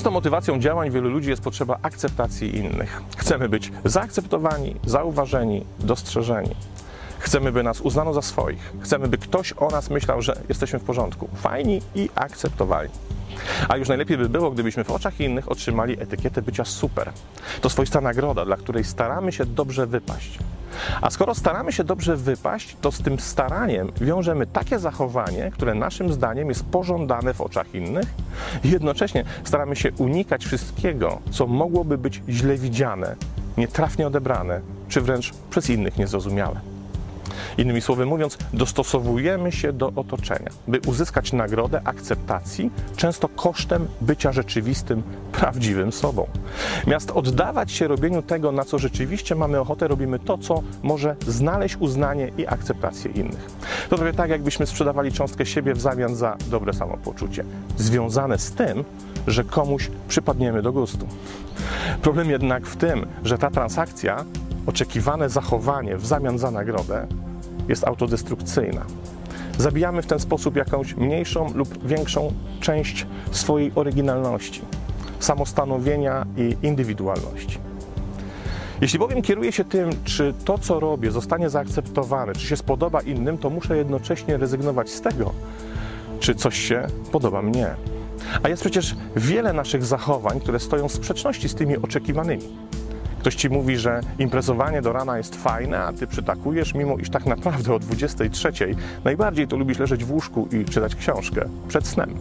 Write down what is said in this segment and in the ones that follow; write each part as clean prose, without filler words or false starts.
Często motywacją działań wielu ludzi jest potrzeba akceptacji innych. Chcemy być zaakceptowani, zauważeni, dostrzeżeni. Chcemy, by nas uznano za swoich. Chcemy, by ktoś o nas myślał, że jesteśmy w porządku, fajni i akceptowani. A już najlepiej by było, gdybyśmy w oczach innych otrzymali etykietę bycia super. To swoista nagroda, dla której staramy się dobrze wypaść. A skoro staramy się dobrze wypaść, to z tym staraniem wiążemy takie zachowanie, które naszym zdaniem jest pożądane w oczach innych i jednocześnie staramy się unikać wszystkiego, co mogłoby być źle widziane, nietrafnie odebrane, czy wręcz przez innych niezrozumiałe. Innymi słowy mówiąc, dostosowujemy się do otoczenia, by uzyskać nagrodę akceptacji, często kosztem bycia rzeczywistym, prawdziwym sobą. Zamiast oddawać się robieniu tego, na co rzeczywiście mamy ochotę, robimy to, co może znaleźć uznanie i akceptację innych. To trochę tak, jakbyśmy sprzedawali cząstkę siebie w zamian za dobre samopoczucie, związane z tym, że komuś przypadniemy do gustu. Problem jednak w tym, że ta transakcja, oczekiwane zachowanie w zamian za nagrodę, jest autodestrukcyjna. Zabijamy w ten sposób jakąś mniejszą lub większą część swojej oryginalności, samostanowienia i indywidualności. Jeśli bowiem kieruję się tym, czy to, co robię, zostanie zaakceptowane, czy się spodoba innym, to muszę jednocześnie rezygnować z tego, czy coś się podoba mnie. A jest przecież wiele naszych zachowań, które stoją w sprzeczności z tymi oczekiwanymi. Ktoś ci mówi, że imprezowanie do rana jest fajne, a ty przytakujesz, mimo iż tak naprawdę o 23:00 najbardziej to lubisz leżeć w łóżku i czytać książkę przed snem.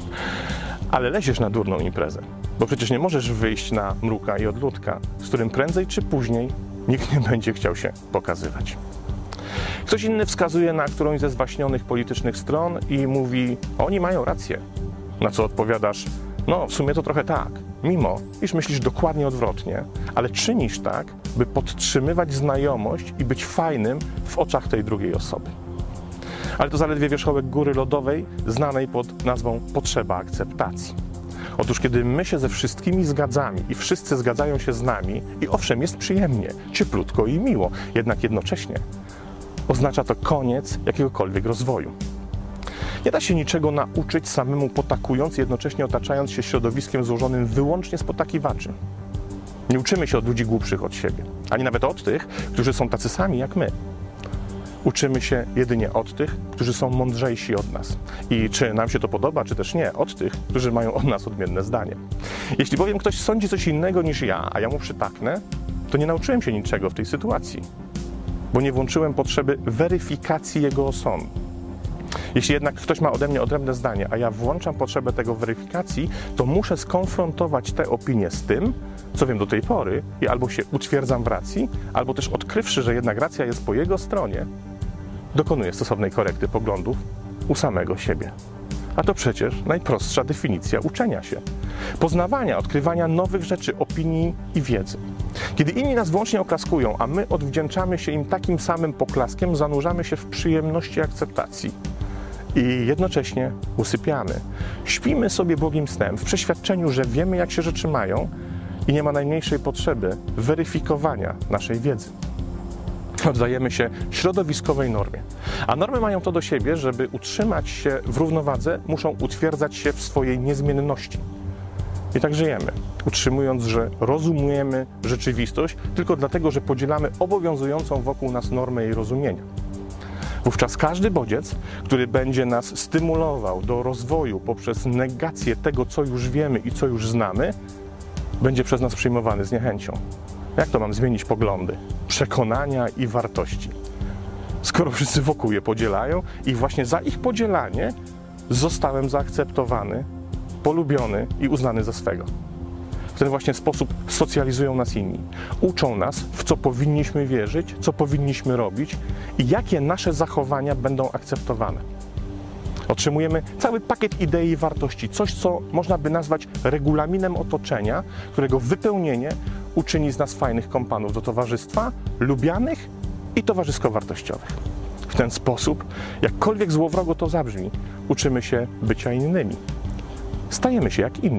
Ale leziesz na durną imprezę, bo przecież nie możesz wyjść na mruka i odludka, z którym prędzej czy później nikt nie będzie chciał się pokazywać. Ktoś inny wskazuje na którąś ze zwaśnionych politycznych stron i mówi, oni mają rację. Na co odpowiadasz, no w sumie to trochę tak, mimo iż myślisz dokładnie odwrotnie, ale czynisz tak, by podtrzymywać znajomość i być fajnym w oczach tej drugiej osoby. Ale to zaledwie wierzchołek góry lodowej, znanej pod nazwą potrzeba akceptacji. Otóż kiedy my się ze wszystkimi zgadzamy i wszyscy zgadzają się z nami i owszem, jest przyjemnie, cieplutko i miło, jednak jednocześnie oznacza to koniec jakiegokolwiek rozwoju. Nie da się niczego nauczyć samemu potakując, jednocześnie otaczając się środowiskiem złożonym wyłącznie z potakiwaczy. Nie uczymy się od ludzi głupszych od siebie, ani nawet od tych, którzy są tacy sami jak my. Uczymy się jedynie od tych, którzy są mądrzejsi od nas. I czy nam się to podoba, czy też nie, od tych, którzy mają od nas odmienne zdanie. Jeśli bowiem ktoś sądzi coś innego niż ja, a ja mu przytaknę, to nie nauczyłem się niczego w tej sytuacji, bo nie włączyłem potrzeby weryfikacji jego osądu. Jeśli jednak ktoś ma ode mnie odrębne zdanie, a ja włączam potrzebę tego weryfikacji, to muszę skonfrontować te opinie z tym, co wiem do tej pory i albo się utwierdzam w racji, albo też odkrywszy, że jednak racja jest po jego stronie, dokonuję stosownej korekty poglądów u samego siebie. A to przecież najprostsza definicja uczenia się. Poznawania, odkrywania nowych rzeczy, opinii i wiedzy. Kiedy inni nas wyłącznie oklaskują, a my odwdzięczamy się im takim samym poklaskiem, zanurzamy się w przyjemności akceptacji. I jednocześnie usypiamy. Śpimy sobie błogim snem w przeświadczeniu, że wiemy, jak się rzeczy mają i nie ma najmniejszej potrzeby weryfikowania naszej wiedzy. Oddajemy się środowiskowej normie. A normy mają to do siebie, żeby utrzymać się w równowadze, muszą utwierdzać się w swojej niezmienności. I tak żyjemy, utrzymując, że rozumiemy rzeczywistość tylko dlatego, że podzielamy obowiązującą wokół nas normę jej rozumienia. Wówczas każdy bodziec, który będzie nas stymulował do rozwoju poprzez negację tego, co już wiemy i co już znamy, będzie przez nas przyjmowany z niechęcią. Jak to mam zmienić poglądy, przekonania i wartości? Skoro wszyscy wokół je podzielają i właśnie za ich podzielanie zostałem zaakceptowany, polubiony i uznany za swego. W ten właśnie sposób socjalizują nas inni. Uczą nas, w co powinniśmy wierzyć, co powinniśmy robić i jakie nasze zachowania będą akceptowane. Otrzymujemy cały pakiet idei i wartości, coś, co można by nazwać regulaminem otoczenia, którego wypełnienie uczyni z nas fajnych kompanów do towarzystwa, lubianych i towarzysko-wartościowych. W ten sposób, jakkolwiek złowrogo to zabrzmi, uczymy się bycia innymi. Stajemy się jak inni.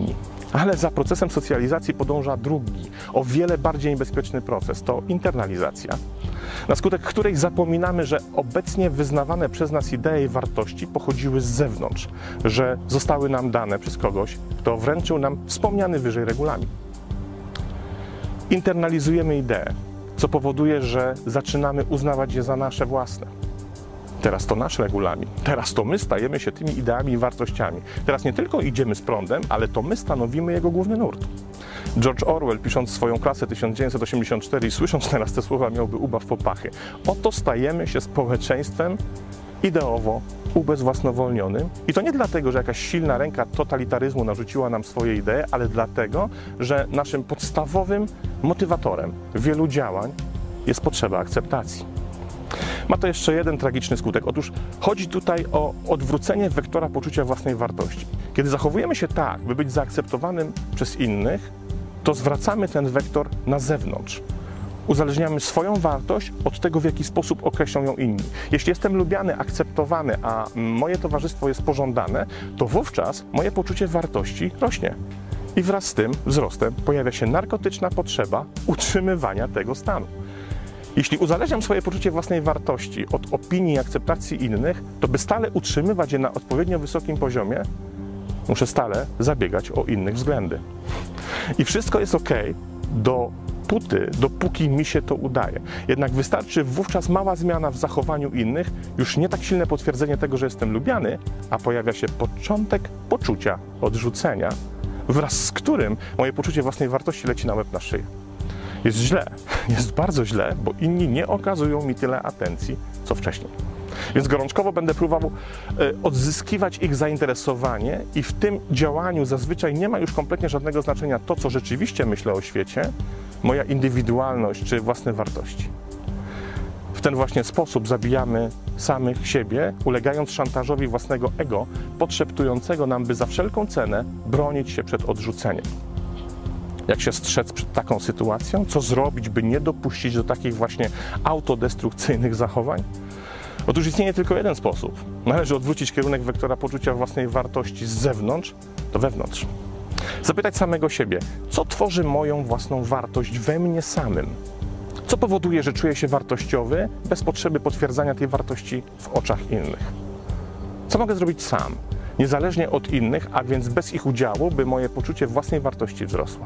Ale za procesem socjalizacji podąża drugi, o wiele bardziej niebezpieczny proces. To internalizacja, na skutek której zapominamy, że obecnie wyznawane przez nas idee i wartości pochodziły z zewnątrz, że zostały nam dane przez kogoś, kto wręczył nam wspomniany wyżej regulamin. Internalizujemy idee, co powoduje, że zaczynamy uznawać je za nasze własne. Teraz to nasz regulamin, teraz to my stajemy się tymi ideami i wartościami. Teraz nie tylko idziemy z prądem, ale to my stanowimy jego główny nurt. George Orwell, pisząc swoją Klasę 1984 i słysząc teraz te słowa, miałby ubaw po pachy. Oto stajemy się społeczeństwem ideowo ubezwłasnowolnionym. I to nie dlatego, że jakaś silna ręka totalitaryzmu narzuciła nam swoje idee, ale dlatego, że naszym podstawowym motywatorem wielu działań jest potrzeba akceptacji. Ma to jeszcze jeden tragiczny skutek. Otóż chodzi tutaj o odwrócenie wektora poczucia własnej wartości. Kiedy zachowujemy się tak, by być zaakceptowanym przez innych, to zwracamy ten wektor na zewnątrz. Uzależniamy swoją wartość od tego, w jaki sposób określą ją inni. Jeśli jestem lubiany, akceptowany, a moje towarzystwo jest pożądane, to wówczas moje poczucie wartości rośnie. I wraz z tym wzrostem pojawia się narkotyczna potrzeba utrzymywania tego stanu. Jeśli uzależniam swoje poczucie własnej wartości od opinii i akceptacji innych, to by stale utrzymywać je na odpowiednio wysokim poziomie, muszę stale zabiegać o innych względy. I wszystko jest ok dopóki mi się to udaje. Jednak wystarczy wówczas mała zmiana w zachowaniu innych, już nie tak silne potwierdzenie tego, że jestem lubiany, a pojawia się początek poczucia odrzucenia, wraz z którym moje poczucie własnej wartości leci na łeb na szyję. Jest źle, jest bardzo źle, bo inni nie okazują mi tyle atencji, co wcześniej. Więc gorączkowo będę próbował odzyskiwać ich zainteresowanie i w tym działaniu zazwyczaj nie ma już kompletnie żadnego znaczenia to, co rzeczywiście myślę o świecie, moja indywidualność czy własne wartości. W ten właśnie sposób zabijamy samych siebie, ulegając szantażowi własnego ego, podszeptującego nam, by za wszelką cenę bronić się przed odrzuceniem. Jak się strzec przed taką sytuacją? Co zrobić, by nie dopuścić do takich właśnie autodestrukcyjnych zachowań? Otóż istnieje tylko jeden sposób. Należy odwrócić kierunek wektora poczucia własnej wartości z zewnątrz do wewnątrz. Zapytać samego siebie, co tworzy moją własną wartość we mnie samym? Co powoduje, że czuję się wartościowy bez potrzeby potwierdzania tej wartości w oczach innych? Co mogę zrobić sam, niezależnie od innych, a więc bez ich udziału, by moje poczucie własnej wartości wzrosło?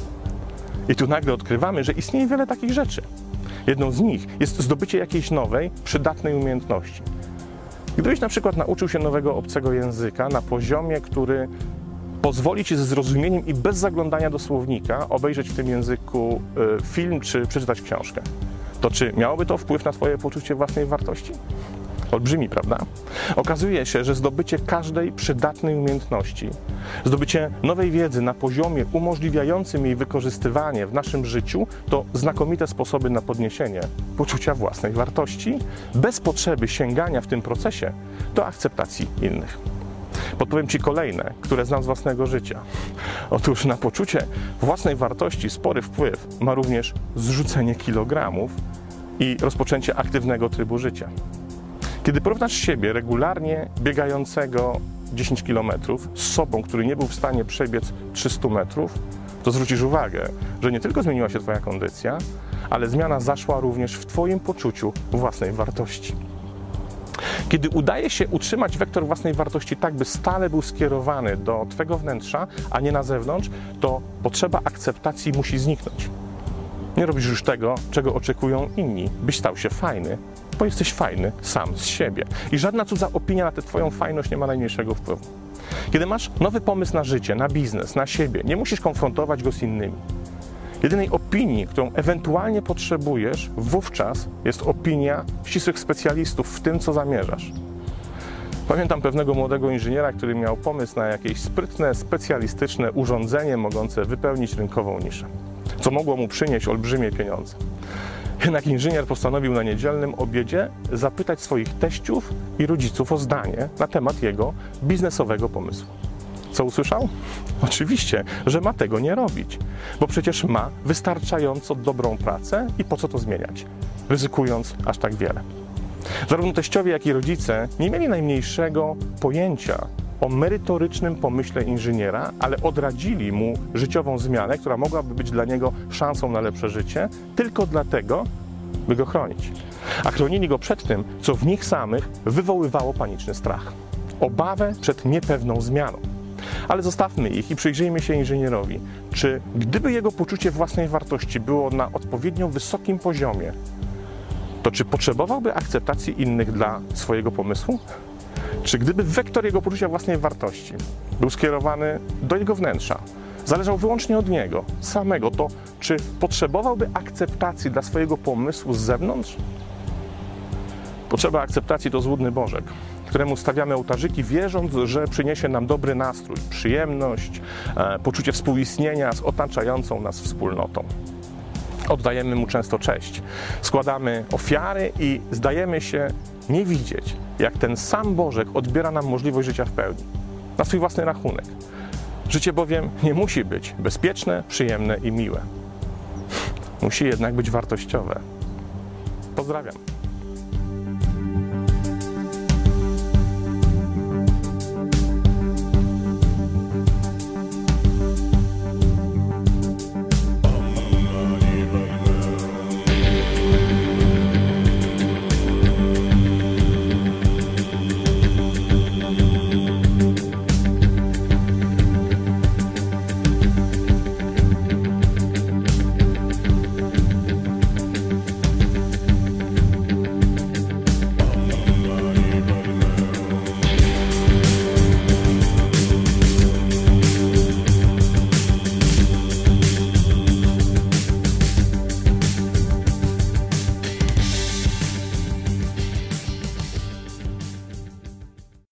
I tu nagle odkrywamy, że istnieje wiele takich rzeczy. Jedną z nich jest zdobycie jakiejś nowej, przydatnej umiejętności. Gdybyś na przykład nauczył się nowego obcego języka na poziomie, który pozwoli ci ze zrozumieniem i bez zaglądania do słownika obejrzeć w tym języku film czy przeczytać książkę, to czy miałoby to wpływ na twoje poczucie własnej wartości? Olbrzymi, prawda? Okazuje się, że zdobycie każdej przydatnej umiejętności, zdobycie nowej wiedzy na poziomie umożliwiającym jej wykorzystywanie w naszym życiu, to znakomite sposoby na podniesienie poczucia własnej wartości, bez potrzeby sięgania w tym procesie do akceptacji innych. Podpowiem Ci kolejne, które znam z własnego życia. Otóż na poczucie własnej wartości spory wpływ ma również zrzucenie kilogramów i rozpoczęcie aktywnego trybu życia. Kiedy porównasz siebie regularnie biegającego 10 km z sobą, który nie był w stanie przebiec 300 metrów, to zwrócisz uwagę, że nie tylko zmieniła się Twoja kondycja, ale zmiana zaszła również w Twoim poczuciu własnej wartości. Kiedy udaje się utrzymać wektor własnej wartości tak, by stale był skierowany do Twego wnętrza, a nie na zewnątrz, to potrzeba akceptacji musi zniknąć. Nie robisz już tego, czego oczekują inni, byś stał się fajny, bo jesteś fajny sam z siebie. I żadna cudza opinia na tę Twoją fajność nie ma najmniejszego wpływu. Kiedy masz nowy pomysł na życie, na biznes, na siebie, nie musisz konfrontować go z innymi. Jedynej opinii, którą ewentualnie potrzebujesz, wówczas jest opinia ścisłych specjalistów w tym, co zamierzasz. Pamiętam pewnego młodego inżyniera, który miał pomysł na jakieś sprytne, specjalistyczne urządzenie mogące wypełnić rynkową niszę, co mogło mu przynieść olbrzymie pieniądze. Jednak inżynier postanowił na niedzielnym obiedzie zapytać swoich teściów i rodziców o zdanie na temat jego biznesowego pomysłu. Co usłyszał? Oczywiście, że ma tego nie robić, bo przecież ma wystarczająco dobrą pracę i po co to zmieniać, ryzykując aż tak wiele. Zarówno teściowie, jak i rodzice nie mieli najmniejszego pojęcia, o merytorycznym pomyśle inżyniera, ale odradzili mu życiową zmianę, która mogłaby być dla niego szansą na lepsze życie, tylko dlatego, by go chronić. A chronili go przed tym, co w nich samych wywoływało paniczny strach. Obawę przed niepewną zmianą. Ale zostawmy ich i przyjrzyjmy się inżynierowi. Czy gdyby jego poczucie własnej wartości było na odpowiednio wysokim poziomie, to czy potrzebowałby akceptacji innych dla swojego pomysłu? Czy gdyby wektor jego poczucia własnej wartości był skierowany do jego wnętrza, zależał wyłącznie od niego samego, to czy potrzebowałby akceptacji dla swojego pomysłu z zewnątrz? Potrzeba akceptacji to złudny bożek, któremu stawiamy ołtarzyki, wierząc, że przyniesie nam dobry nastrój, przyjemność, poczucie współistnienia z otaczającą nas wspólnotą. Oddajemy mu często cześć, składamy ofiary i zdajemy się nie widzieć, jak ten sam Bożek odbiera nam możliwość życia w pełni, na swój własny rachunek. Życie bowiem nie musi być bezpieczne, przyjemne i miłe. Musi jednak być wartościowe. Pozdrawiam.